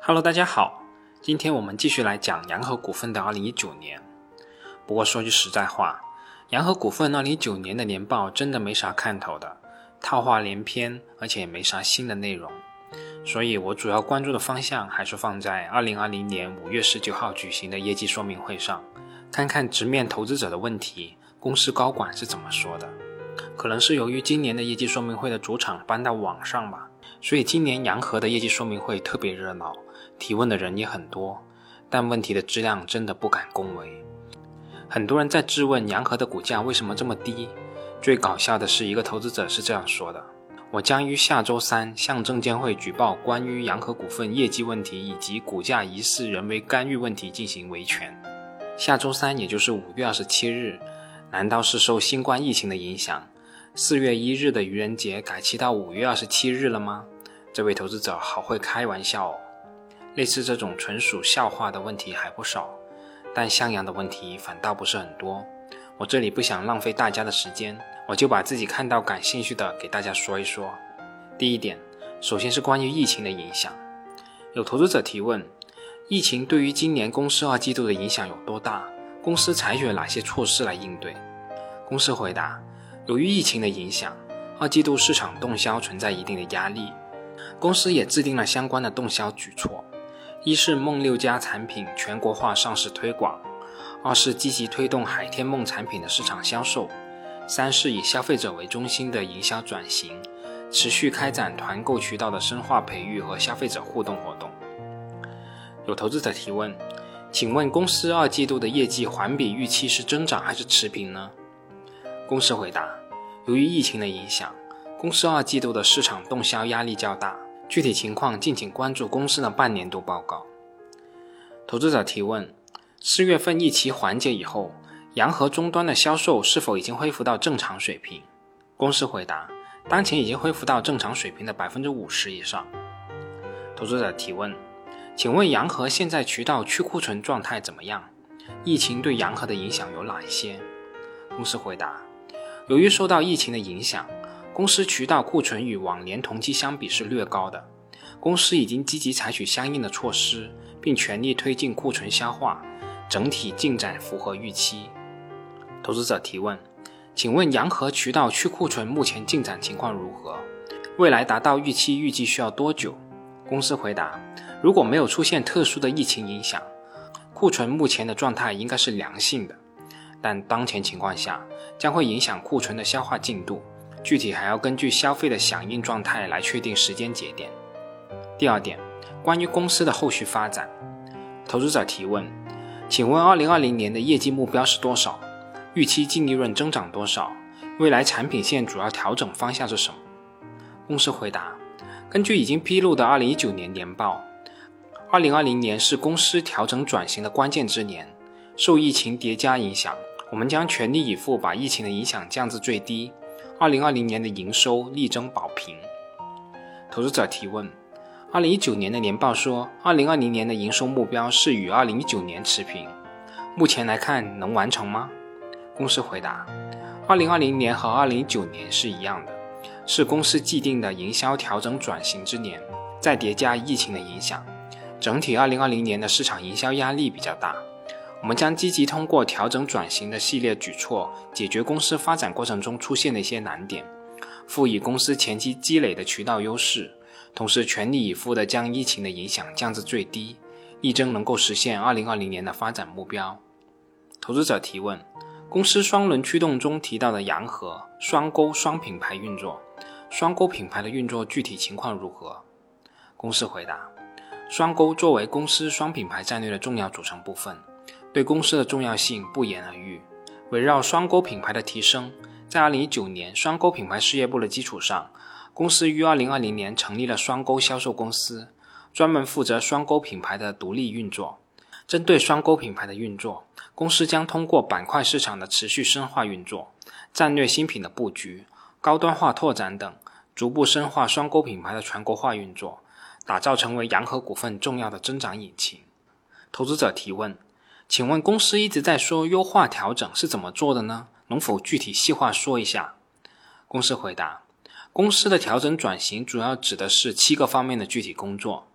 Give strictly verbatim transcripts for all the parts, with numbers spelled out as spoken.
Hello， 大家好，今天我们继续来讲洋河股份的二零一九年。不过说句实在话，洋河股份二零一九年的年报真的没啥看头的，套话连篇，而且也没啥新的内容。所以我主要关注的方向还是放在二零二零年五月十九号举行的业绩说明会上，看看直面投资者的问题，公司高管是怎么说的。可能是由于今年的业绩说明会的主场搬到网上吧，所以今年洋河的业绩说明会特别热闹，提问的人也很多，但问题的质量真的不敢恭维。很多人在质问洋河的股价为什么这么低，最搞笑的是一个投资者是这样说的：我将于下周三向证监会举报关于洋河股份业绩问题以及股价疑似人为干预问题进行维权。下周三也就是五月二十七日，难道是受新冠疫情的影响，四月一日的愚人节改期到五月二十七日了吗？这位投资者好会开玩笑哦。类似这种纯属笑话的问题还不少，但像样的问题反倒不是很多。我这里不想浪费大家的时间，我就把自己看到感兴趣的给大家说一说。第一点，首先是关于疫情的影响。有投资者提问，疫情对于今年公司二季度的影响有多大？公司采取了哪些措施来应对？公司回答，由于疫情的影响，二季度市场动销存在一定的压力，公司也制定了相关的动销举措。一是梦六家产品全国化上市推广，二是积极推动海天梦产品的市场销售，三是以消费者为中心的营销转型，持续开展团购渠道的深化培育和消费者互动活动。有投资者提问，请问公司二季度的业绩环比预期是增长还是持平呢？公司回答，由于疫情的影响，公司二季度的市场动销压力较大，具体情况敬请关注公司的半年度报告。投资者提问，四月份疫情缓解以后，洋河终端的销售是否已经恢复到正常水平？公司回答，当前已经恢复到正常水平的 百分之五十 以上。投资者提问，请问洋河现在渠道去库存状态怎么样？疫情对洋河的影响有哪一些？公司回答，由于受到疫情的影响，公司渠道库存与往年同期相比是略高的，公司已经积极采取相应的措施，并全力推进库存消化，整体进展符合预期。投资者提问，请问洋河渠道去库存目前进展情况如何？未来达到预期预计需要多久？公司回答，如果没有出现特殊的疫情影响，库存目前的状态应该是良性的，但当前情况下将会影响库存的消化进度，具体还要根据消费的响应状态来确定时间节点。第二点，关于公司的后续发展。投资者提问，请问二零二零年的业绩目标是多少？预期净利润增长多少？未来产品线主要调整方向是什么？公司回答，根据已经披露的二零一九年年报，二零二零年是公司调整转型的关键之年，受疫情叠加影响，我们将全力以赴把疫情的影响降至最低，二零二零年的营收力争保平。投资者提问，二零一九年的年报说二零二零年的营收目标是与二零一九年持平，目前来看能完成吗？公司回答，二零二零年和二零一九年是一样的，是公司既定的营销调整转型之年，再叠加疫情的影响，整体二零二零年的市场营销压力比较大，我们将积极通过调整转型的系列举措，解决公司发展过程中出现的一些难点，赋予公司前期积累的渠道优势，同时全力以赴地将疫情的影响降至最低，力争能够实现二零二零年的发展目标。投资者提问，公司双轮驱动中提到的洋河、双沟双品牌运作，双沟品牌的运作具体情况如何？公司回答，双沟作为公司双品牌战略的重要组成部分，对公司的重要性不言而喻。围绕双沟品牌的提升，在二零一九年双沟品牌事业部的基础上，公司于二零二零年成立了双沟销售公司，专门负责双沟品牌的独立运作。针对双沟品牌的运作，公司将通过板块市场的持续深化运作、战略新品的布局、高端化拓展等，逐步深化双沟品牌的全国化运作，打造成为洋河股份重要的增长引擎。投资者提问，请问公司一直在说优化调整是怎么做的呢？能否具体细化说一下？公司回答，公司的调整转型主要指的是七个方面的具体工作。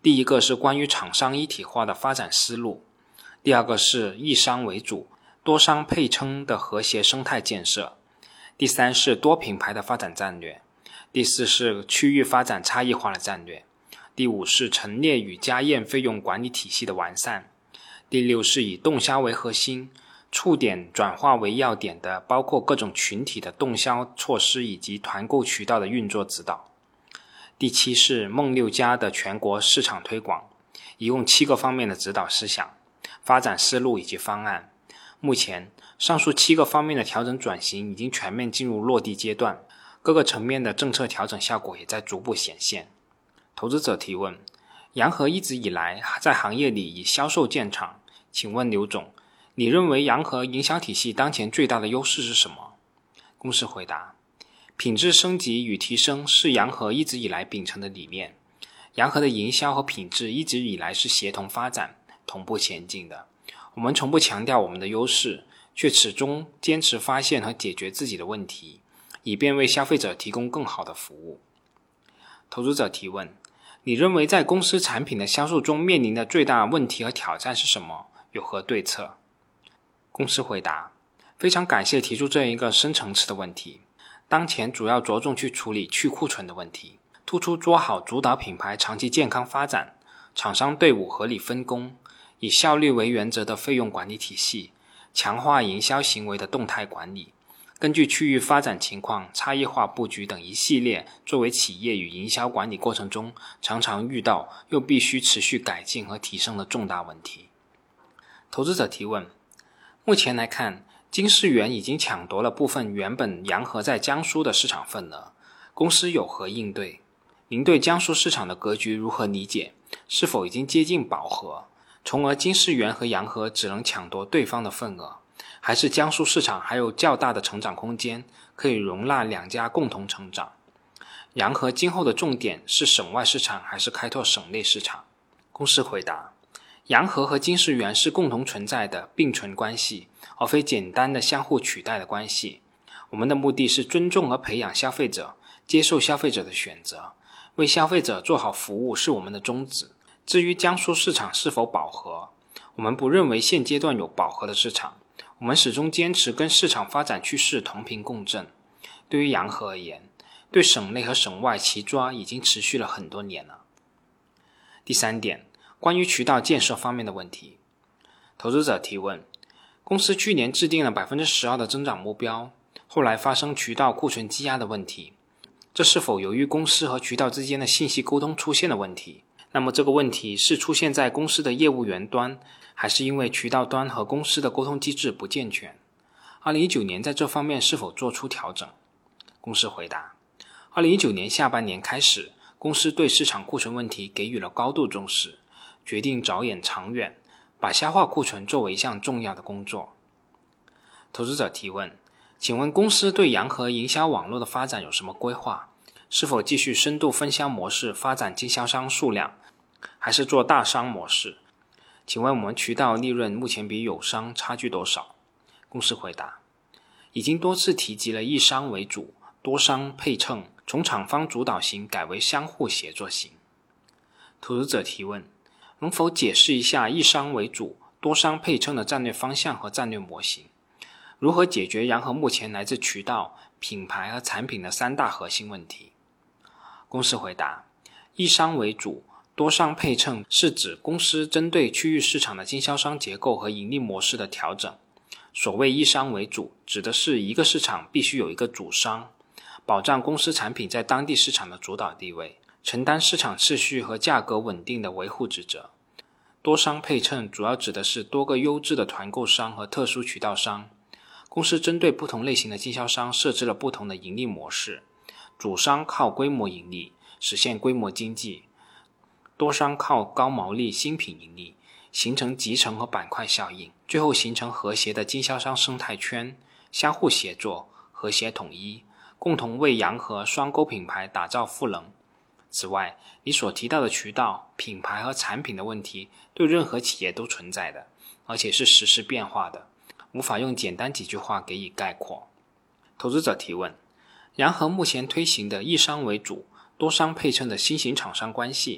第一个是关于厂商一体化的发展思路，第二个是一商为主、多商配称的和谐生态建设，第三是多品牌的发展战略，第四是区域发展差异化的战略，第五是陈列与家宴费用管理体系的完善，第六是以动销为核心、触点转化为要点的包括各种群体的动销措施以及团购渠道的运作指导。第七是梦六家的全国市场推广，一共七个方面的指导思想、发展思路以及方案。目前，上述七个方面的调整转型已经全面进入落地阶段，各个层面的政策调整效果也在逐步显现。投资者提问：洋河一直以来在行业里以销售见长，请问刘总，你认为洋河营销体系当前最大的优势是什么？公司回答：品质升级与提升是洋河一直以来秉承的理念。洋河的营销和品质一直以来是协同发展、同步前进的。我们从不强调我们的优势，却始终坚持发现和解决自己的问题，以便为消费者提供更好的服务。投资者提问：你认为在公司产品的销售中面临的最大问题和挑战是什么？有何对策？公司回答：非常感谢提出这样一个深层次的问题。当前主要着重去处理去库存的问题，突出做好主导品牌长期健康发展、厂商队伍合理分工、以效率为原则的费用管理体系、强化营销行为的动态管理，根据区域发展情况、差异化布局等一系列作为企业与营销管理过程中常常遇到又必须持续改进和提升的重大问题。投资者提问：目前来看，金世元已经抢夺了部分原本洋河在江苏的市场份额，公司有何应对？您对江苏市场的格局如何理解？是否已经接近饱和，从而金世元和洋河只能抢夺对方的份额，还是江苏市场还有较大的成长空间，可以容纳两家共同成长？洋河今后的重点是省外市场还是开拓省内市场？公司回答：洋河和金世元是共同存在的并存关系，而非简单的相互取代的关系。我们的目的是尊重和培养消费者，接受消费者的选择，为消费者做好服务是我们的宗旨。至于江苏市场是否饱和，我们不认为现阶段有饱和的市场，我们始终坚持跟市场发展趋势同频共振。对于洋河而言，对省内和省外齐抓已经持续了很多年了。第三点，关于渠道建设方面的问题。投资者提问：公司去年制定了 百分之十二 的增长目标，后来发生渠道库存积压的问题，这是否由于公司和渠道之间的信息沟通出现了问题？那么这个问题是出现在公司的业务员端，还是因为渠道端和公司的沟通机制不健全？二零一九年在这方面是否做出调整？公司回答：二零一九年下半年开始，公司对市场库存问题给予了高度重视，决定着眼长远，把消化库存作为一项重要的工作。投资者提问：请问公司对洋河营销网络的发展有什么规划？是否继续深度分销模式发展经销商数量，还是做大商模式？请问我们渠道利润目前比友商差距多少？公司回答：已经多次提及了一商为主、多商配称，从厂方主导型改为相互协作型。投资者提问：能否解释一下一商为主、多商配称的战略方向和战略模型？如何解决洋河目前来自渠道、品牌和产品的三大核心问题？公司回答：一商为主、多商配称是指公司针对区域市场的经销商结构和盈利模式的调整。所谓一商为主，指的是一个市场必须有一个主商，保障公司产品在当地市场的主导地位，承担市场秩序和价格稳定的维护职责。多商配称主要指的是多个优质的团购商和特殊渠道商，公司针对不同类型的经销商设置了不同的盈利模式，主商靠规模盈利，实现规模经济，多商靠高毛利新品盈利，形成集成和板块效应，最后形成和谐的经销商生态圈，相互协作，和谐统一，共同为洋河双沟品牌打造赋能。此外，你所提到的渠道、品牌和产品的问题对任何企业都存在的，而且是实时变化的，无法用简单几句话给予概括。投资者提问：洋河目前推行的一商为主、多商配称的新型厂商关系，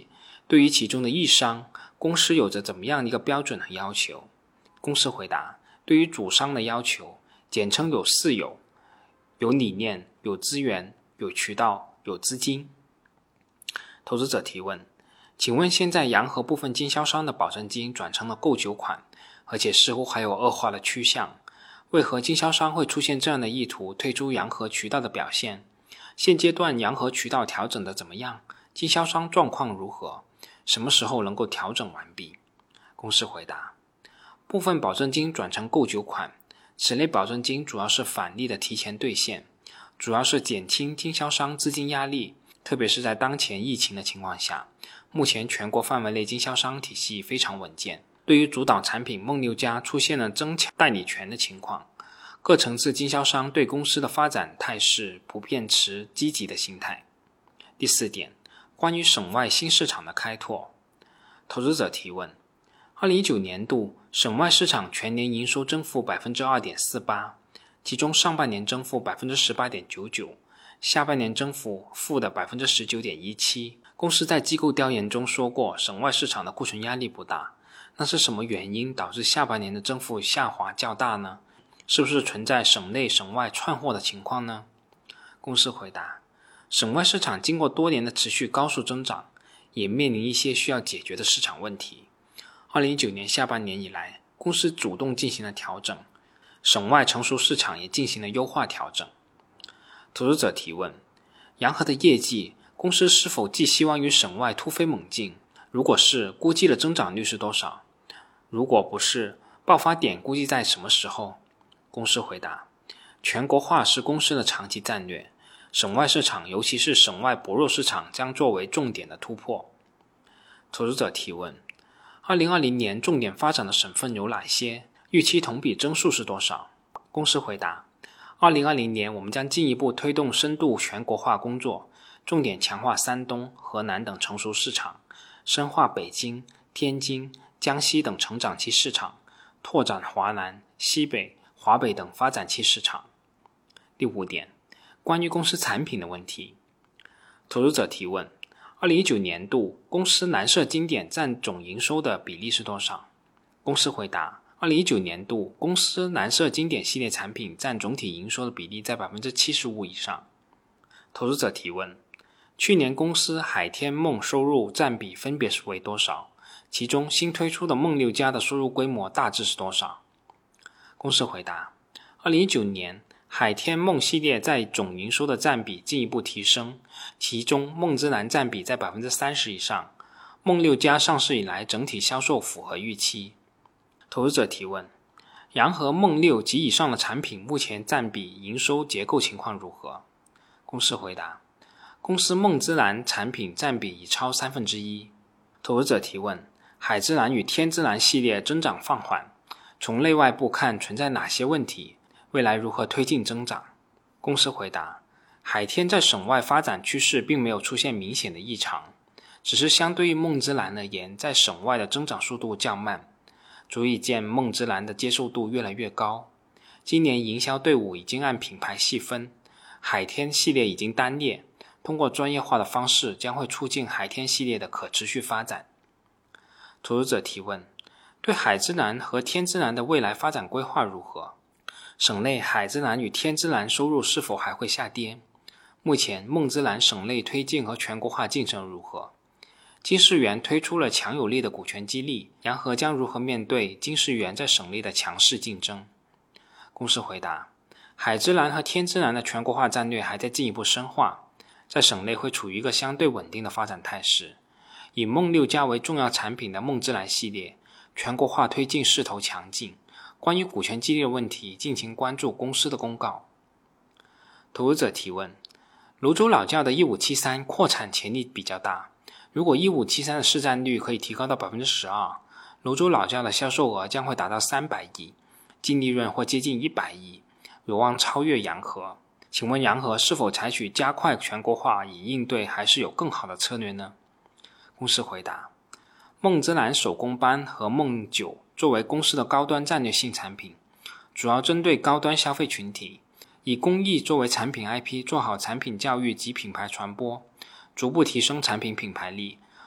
对于其中的易商，公司有着怎么样一个标准和要求？公司回答，对于主商的要求，简称有四有：有理念、有资源、有渠道、有资金。投资者提问，请问现在洋河部分经销商的保证金转成了购酒款，而且似乎还有恶化的趋向，为何经销商会出现这样的意图退出洋河渠道的表现？现阶段洋河渠道调整的怎么样？经销商状况如何？什么时候能够调整完毕？公司回答，部分保证金转成购酒款，此类保证金主要是返利的提前兑现，主要是减轻经销商资金压力，特别是在当前疫情的情况下，目前全国范围内经销商体系非常稳健。对于主导产品梦六家出现了增强代理权的情况，各层次经销商对公司的发展态势普遍持积极的心态。第四点，关于省外新市场的开拓。投资者提问，二零一九年度省外市场全年营收增幅 百分之二点四八， 其中上半年增幅 百分之十八点九九， 下半年增幅负的 百分之十九点一七。 公司在机构调研中说过，省外市场的库存压力不大，那是什么原因导致下半年的增幅下滑较大呢？是不是存在省内省外串货的情况呢？公司回答，省外市场经过多年的持续高速增长，也面临一些需要解决的市场问题。二零一九年下半年以来，公司主动进行了调整，省外成熟市场也进行了优化调整。投资者提问，洋河的业绩，公司是否寄希望于省外突飞猛进？如果是，估计的增长率是多少？如果不是，爆发点估计在什么时候？公司回答，全国化是公司的长期战略，省外市场尤其是省外薄弱市场将作为重点的突破。投资者提问，二零二零年重点发展的省份有哪些？预期同比增速是多少？公司回答，二零二零年我们将进一步推动深度全国化工作，重点强化山东、河南等成熟市场，深化北京、天津、江西等成长期市场，拓展华南、西北、华北等发展期市场。第五点，关于公司产品的问题。投资者提问，二零一九年度公司蓝色经典占总营收的比例是多少？公司回答，二零一九年度公司蓝色经典系列产品占总体营收的比例在 百分之七十五 以上。投资者提问，去年公司海天梦收入占比分别是为多少？其中新推出的梦六家的收入规模大致是多少？公司回答，二零一九年海天梦系列在总营收的占比进一步提升，其中梦之蓝占比在 百分之三十 以上，梦六家上市以来整体销售符合预期。投资者提问，洋河梦六及以上的产品目前占比营收结构情况如何？公司回答，公司梦之蓝产品占比已超三分之一。投资者提问，海之蓝与天之蓝系列增长放缓，从内外部看存在哪些问题？未来如何推进增长？公司回答，海天在省外发展趋势并没有出现明显的异常，只是相对于梦之蓝而言，在省外的增长速度较慢，足以见梦之蓝的接受度越来越高。今年营销队伍已经按品牌细分，海天系列已经单列，通过专业化的方式将会促进海天系列的可持续发展。投资者提问，对海之蓝和天之蓝的未来发展规划如何？省内海之蓝与天之蓝收入是否还会下跌？目前梦之蓝省内推进和全国化进程如何？金世元推出了强有力的股权激励，洋河将如何面对金世元在省内的强势竞争？公司回答，海之蓝和天之蓝的全国化战略还在进一步深化，在省内会处于一个相对稳定的发展态势。以梦六家为重要产品的梦之蓝系列，全国化推进势头强劲。关于股权激励的问题，敬请关注公司的公告。投资者提问，泸州老窖的一五七三扩产潜力比较大，如果一五七三的市占率可以提高到 百分之十二， 泸州老窖的销售额将会达到三百亿，净利润或接近一百亿，有望超越洋河。请问洋河是否采取加快全国化以应对，还是有更好的策略呢？公司回答，梦之蓝手工班和梦九作为公司的高端战略性产品，主要针对高端消费群体，以工艺作为产品 I P， 做好产品教育及品牌传播，逐步提升产品品牌力，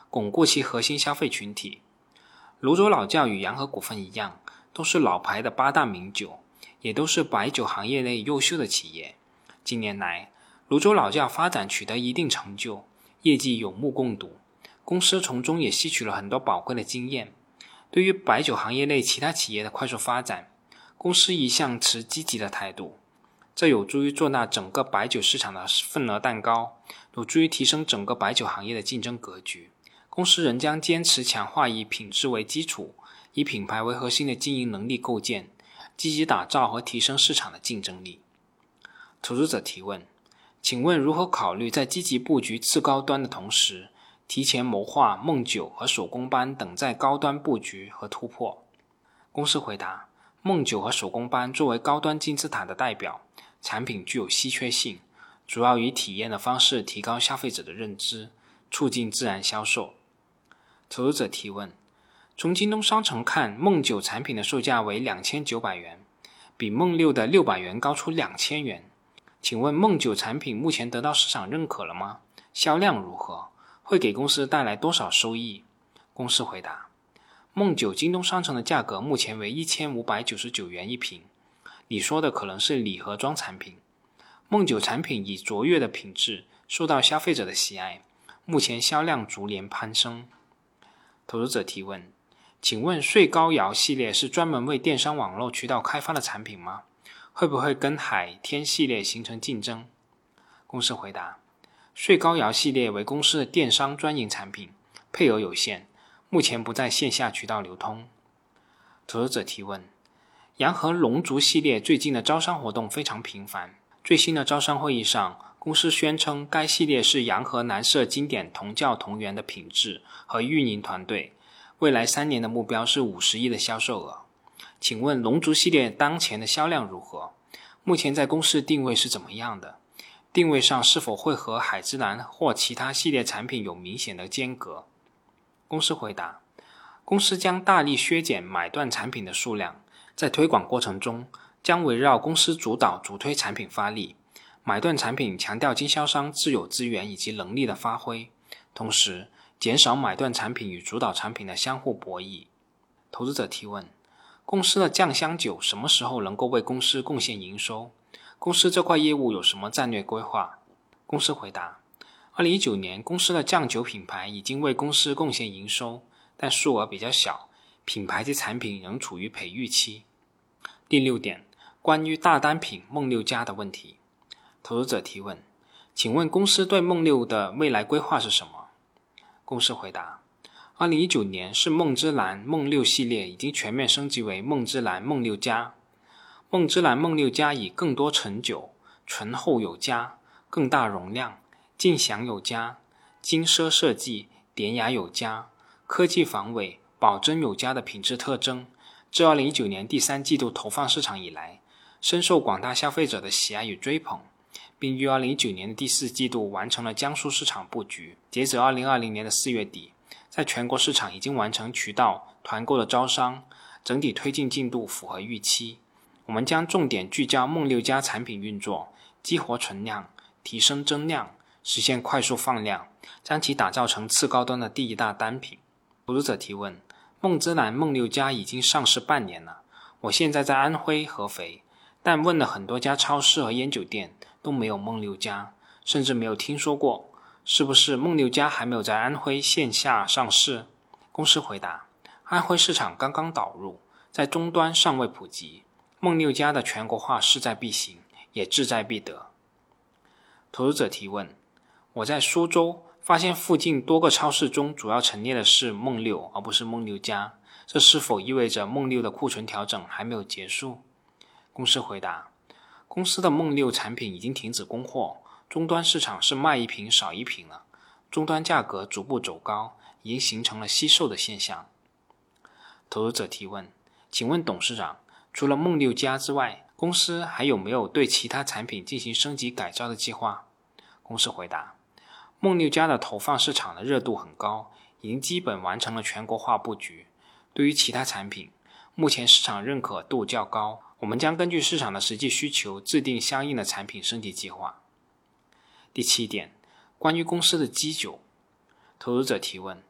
巩固其核心消费群体。泸州老窖与洋河股份一样，都是老牌的八大名酒，也都是白酒行业内优秀的企业。近年来，泸州老窖发展取得一定成就，业绩有目共睹，公司从中也吸取了很多宝贵的经验。对于白酒行业内其他企业的快速发展，公司一向持积极的态度，这有助于做大整个白酒市场的份额蛋糕，有助于提升整个白酒行业的竞争格局。公司仍将坚持强化以品质为基础、以品牌为核心的经营能力构建，积极打造和提升市场的竞争力。投资者提问：请问如何考虑在积极布局次高端的同时，提前谋划梦酒和手工班等在高端布局和突破？公司回答：梦酒和手工班作为高端金字塔的代表，产品具有稀缺性，主要以体验的方式提高消费者的认知，促进自然销售。投资者提问：从京东商城看，梦九产品的售价为两千九百元，比梦六的六百元高出两千元。请问梦九产品目前得到市场认可了吗？销量如何？会给公司带来多少收益？公司回答：梦九京东商城的价格目前为一千五百九十九元一瓶，你说的可能是礼盒装产品。梦九产品以卓越的品质受到消费者的喜爱，目前销量逐年攀升。投资者提问：请问穗高窑系列是专门为电商网络渠道开发的产品吗？会不会跟海天系列形成竞争？公司回答：穗高窑系列为公司的电商专营产品，配额有限，目前不在线下渠道流通。投资者提问：洋河龙族系列最近的招商活动非常频繁，最新的招商会议上，公司宣称该系列是洋河南社经典同教同源的品质和运营团队，未来三年的目标是五十亿的销售额。请问龙族系列当前的销量如何？目前在公司定位是怎么样的？定位上是否会和海之蓝或其他系列产品有明显的间隔？公司回答：公司将大力削减买断产品的数量，在推广过程中将围绕公司主导主推产品发力，买断产品强调经销商自有资源以及能力的发挥，同时减少买断产品与主导产品的相互博弈。投资者提问：公司的酱香酒什么时候能够为公司贡献营收？公司这块业务有什么战略规划？公司回答：二零一九年公司的酱酒品牌已经为公司贡献营收，但数额比较小，品牌及产品仍处于培育期。第六点，关于大单品梦六家的问题。投资者提问：请问公司对梦六的未来规划是什么？公司回答：二零一九年是梦之蓝梦六系列已经全面升级为梦之蓝梦六加。梦之蓝梦六加以更多陈酒、醇厚有加、更大容量、尽享有加、精奢设计、典雅有加、科技防伪、保真有加的品质特征，自二零一九年第三季度投放市场以来，深受广大消费者的喜爱与追捧，并于二零一九年的第四季度完成了江苏市场布局。截止二零二零年的四月底，在全国市场已经完成渠道团购的招商，整体推进进度符合预期。我们将重点聚焦梦六家产品运作，激活存量，提升增量，实现快速放量，将其打造成次高端的第一大单品。投资者提问：梦之蓝梦六家已经上市半年了，我现在在安徽合肥，但问了很多家超市和烟酒店都没有梦六家，甚至没有听说过，是不是梦六家还没有在安徽线下上市？公司回答：安徽市场刚刚导入，在终端尚未普及，梦六家的全国化势在必行，也志在必得。投资者提问：我在苏州发现附近多个超市中主要陈列的是梦六而不是梦六家，这是否意味着梦六的库存调整还没有结束？公司回答：公司的梦六产品已经停止供货，终端市场是卖一瓶少一瓶了，终端价格逐步走高，已经形成了惜售的现象。投资者提问：请问董事长，除了梦六家之外，公司还有没有对其他产品进行升级改造的计划？公司回答：梦六家的投放市场的热度很高，已经基本完成了全国化布局。对于其他产品，目前市场认可度较高，我们将根据市场的实际需求制定相应的产品升级计划。第七点，关于公司的基酒。投资者提问：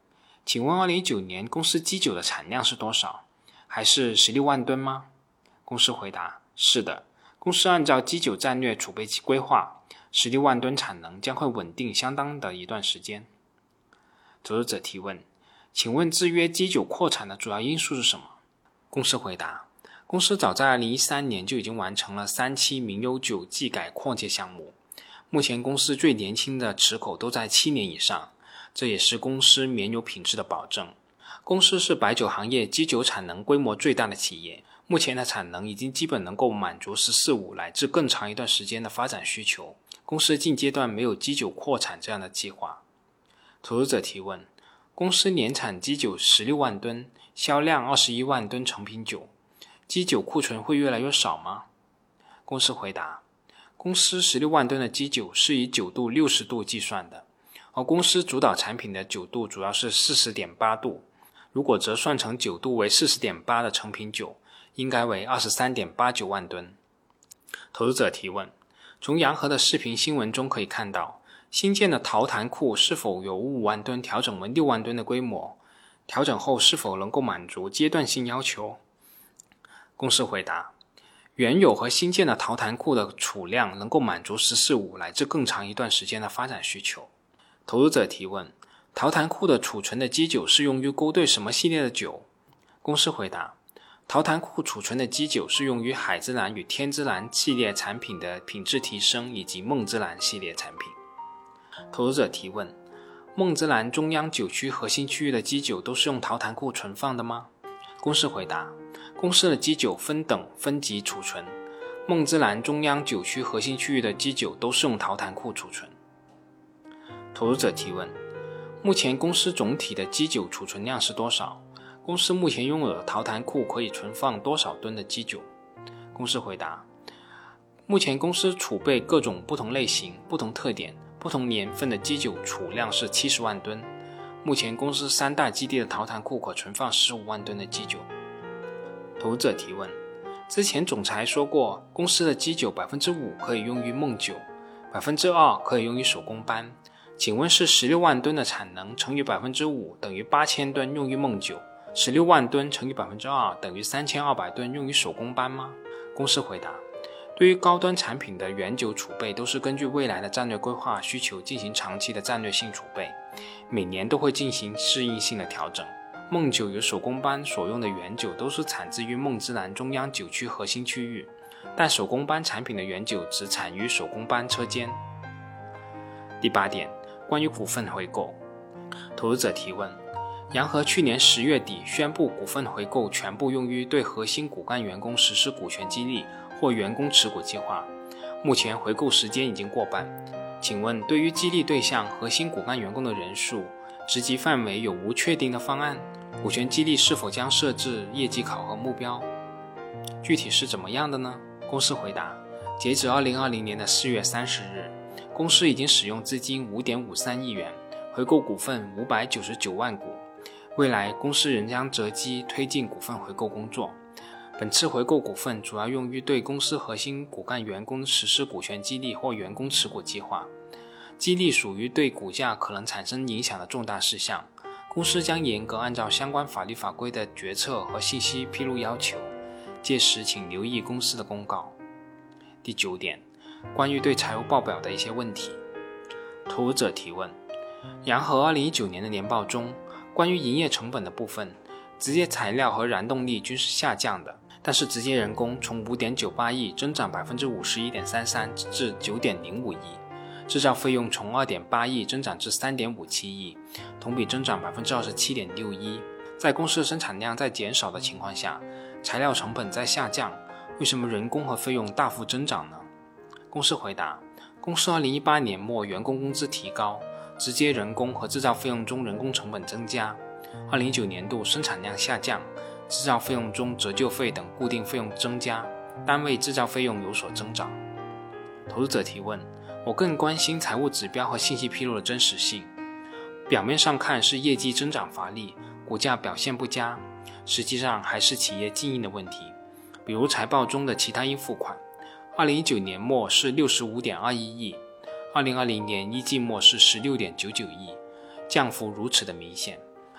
请问二零一九年公司基酒的产量是多少？还是十六万吨吗？公司回答，是的，公司按照基酒战略储备规划，十六万吨产能将会稳定相当的一段时间。投资者提问，请问制约基酒扩产的主要因素是什么？公司回答，公司早在二零一三年就已经完成了三期名优酒技改扩建项目，目前公司最年轻的持口都在七年以上，这也是公司棉油品质的保证。公司是白酒行业基酒产能规模最大的企业，目前的产能已经基本能够满足十四五乃至更长一段时间的发展需求。公司近阶段没有基酒扩产这样的计划。投资者提问，公司年产基酒十六万吨，销量二十一万吨成品酒，基酒库存会越来越少吗？公司回答，公司十六万吨的基酒是以酒度六十度计算的，而公司主导产品的酒度主要是 四十点八 度，如果折算成酒度为 四十点八 的成品酒，应该为 二十三点八九万吨。投资者提问，从洋河的视频新闻中可以看到，新建的陶坛库是否由五万吨调整为六万吨的规模？调整后是否能够满足阶段性要求？公司回答，原有和新建的陶坛库的储量能够满足十四五乃至更长一段时间的发展需求。投资者提问，陶坛库的储存的基酒是用于勾兑什么系列的酒？公司回答，陶坛库储存的基酒是用于海之蓝与天之蓝系列产品的品质提升以及梦之蓝系列产品。投资者提问，梦之蓝中央酒区核心区域的基酒都是用陶坛库存放的吗？公司回答，公司的基酒分等分级储存，梦之蓝中央酒区核心区域的基酒都是用陶坛库储存。投资者提问，目前公司总体的基酒储存量是多少？公司目前拥有的陶坛库可以存放多少吨的基酒？公司回答，目前公司储备各种不同类型、不同特点、不同年份的基酒储量是七十万吨，目前公司三大基地的陶坛库可存放十五万吨的基酒。投资者提问，之前总裁说过，公司的基酒 百分之五 可以用于梦酒， 百分之二 可以用于手工班，请问是十六万吨的产能乘以 百分之五 等于八千吨用于梦酒，十六万吨乘以 百分之二 等于三千二百吨用于手工班吗？公司回答，对于高端产品的原酒储备都是根据未来的战略规划需求进行长期的战略性储备，每年都会进行适应性的调整。梦酒与手工班所用的原酒都是产自于梦之蓝中央酒区核心区域，但手工班产品的原酒只产于手工班车间。第八点，关于股份回购。投资者提问，洋河去年十月底宣布股份回购全部用于对核心骨干员工实施股权激励或员工持股计划，目前回购时间已经过半，请问对于激励对象核心骨干员工的人数、职级范围有无确定的方案？股权激励是否将设置业绩考核目标？具体是怎么样的呢？公司回答，截止二零二零年的四月三十日，公司已经使用资金 五点五三亿元，回购股份五百九十九万股，未来公司仍将择机推进股份回购工作。本次回购股份主要用于对公司核心骨干员工实施股权激励或员工持股计划，激励属于对股价可能产生影响的重大事项，公司将严格按照相关法律法规的决策和信息披露要求，届时请留意公司的公告。第九点，关于对财务报表的一些问题。投资者提问，洋河二零一九年的年报中，关于营业成本的部分，直接材料和燃动力均是下降的，但是直接人工从 五点九八亿增长 百分之五十一点三三 至 九点零五亿，制造费用从 二点八亿增长至 三点五七亿，同比增长 百分之二十七点六一。 在公司的生产量在减少的情况下，材料成本在下降，为什么人工和费用大幅增长呢？公司回答，公司二零一八年末员工工资提高，直接人工和制造费用中人工成本增加，二零一九年度生产量下降，制造费用中折旧费等固定费用增加，单位制造费用有所增长。投资者提问，我更关心财务指标和信息披露的真实性。表面上看是业绩增长乏力，股价表现不佳，实际上还是企业经营的问题。比如财报中的其他应付款，二零一九年末是 六十五点二一亿，二零二零年一季末是 十六点九九亿，降幅如此的明显，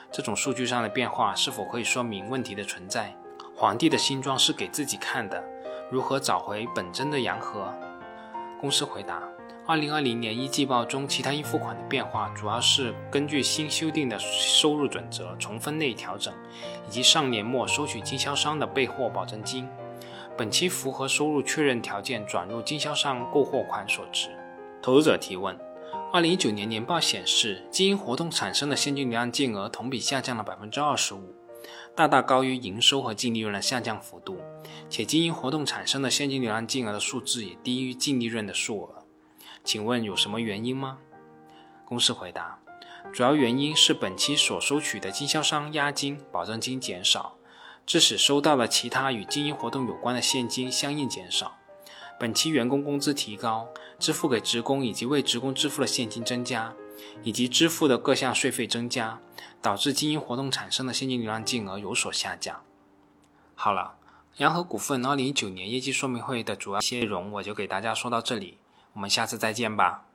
这种数据上的变化是否可以说明问题的存在？皇帝的新装是给自己看的，如何找回本真的阳和？公司回答，二零二零年一季报中其他应付款的变化主要是根据新修订的收入准则重分类调整，以及上年末收取经销商的备货保证金，本期符合收入确认条件转入经销商购货款所致。投资者提问，二零一九年年报显示，经营活动产生的现金流量净额同比下降了 百分之二十五， 大大高于营收和净利润的下降幅度，且经营活动产生的现金流量净额的数字也低于净利润的数额。请问有什么原因吗？公司回答，主要原因是本期所收取的经销商押金、保证金减少，致使收到的其他与经营活动有关的现金相应减少。本期员工工资提高，支付给职工以及为职工支付的现金增加，以及支付的各项税费增加，导致经营活动产生的现金流量净额有所下降。好了，洋河股份二零一九年业绩说明会的主要内容我就给大家说到这里，我们下次再见吧。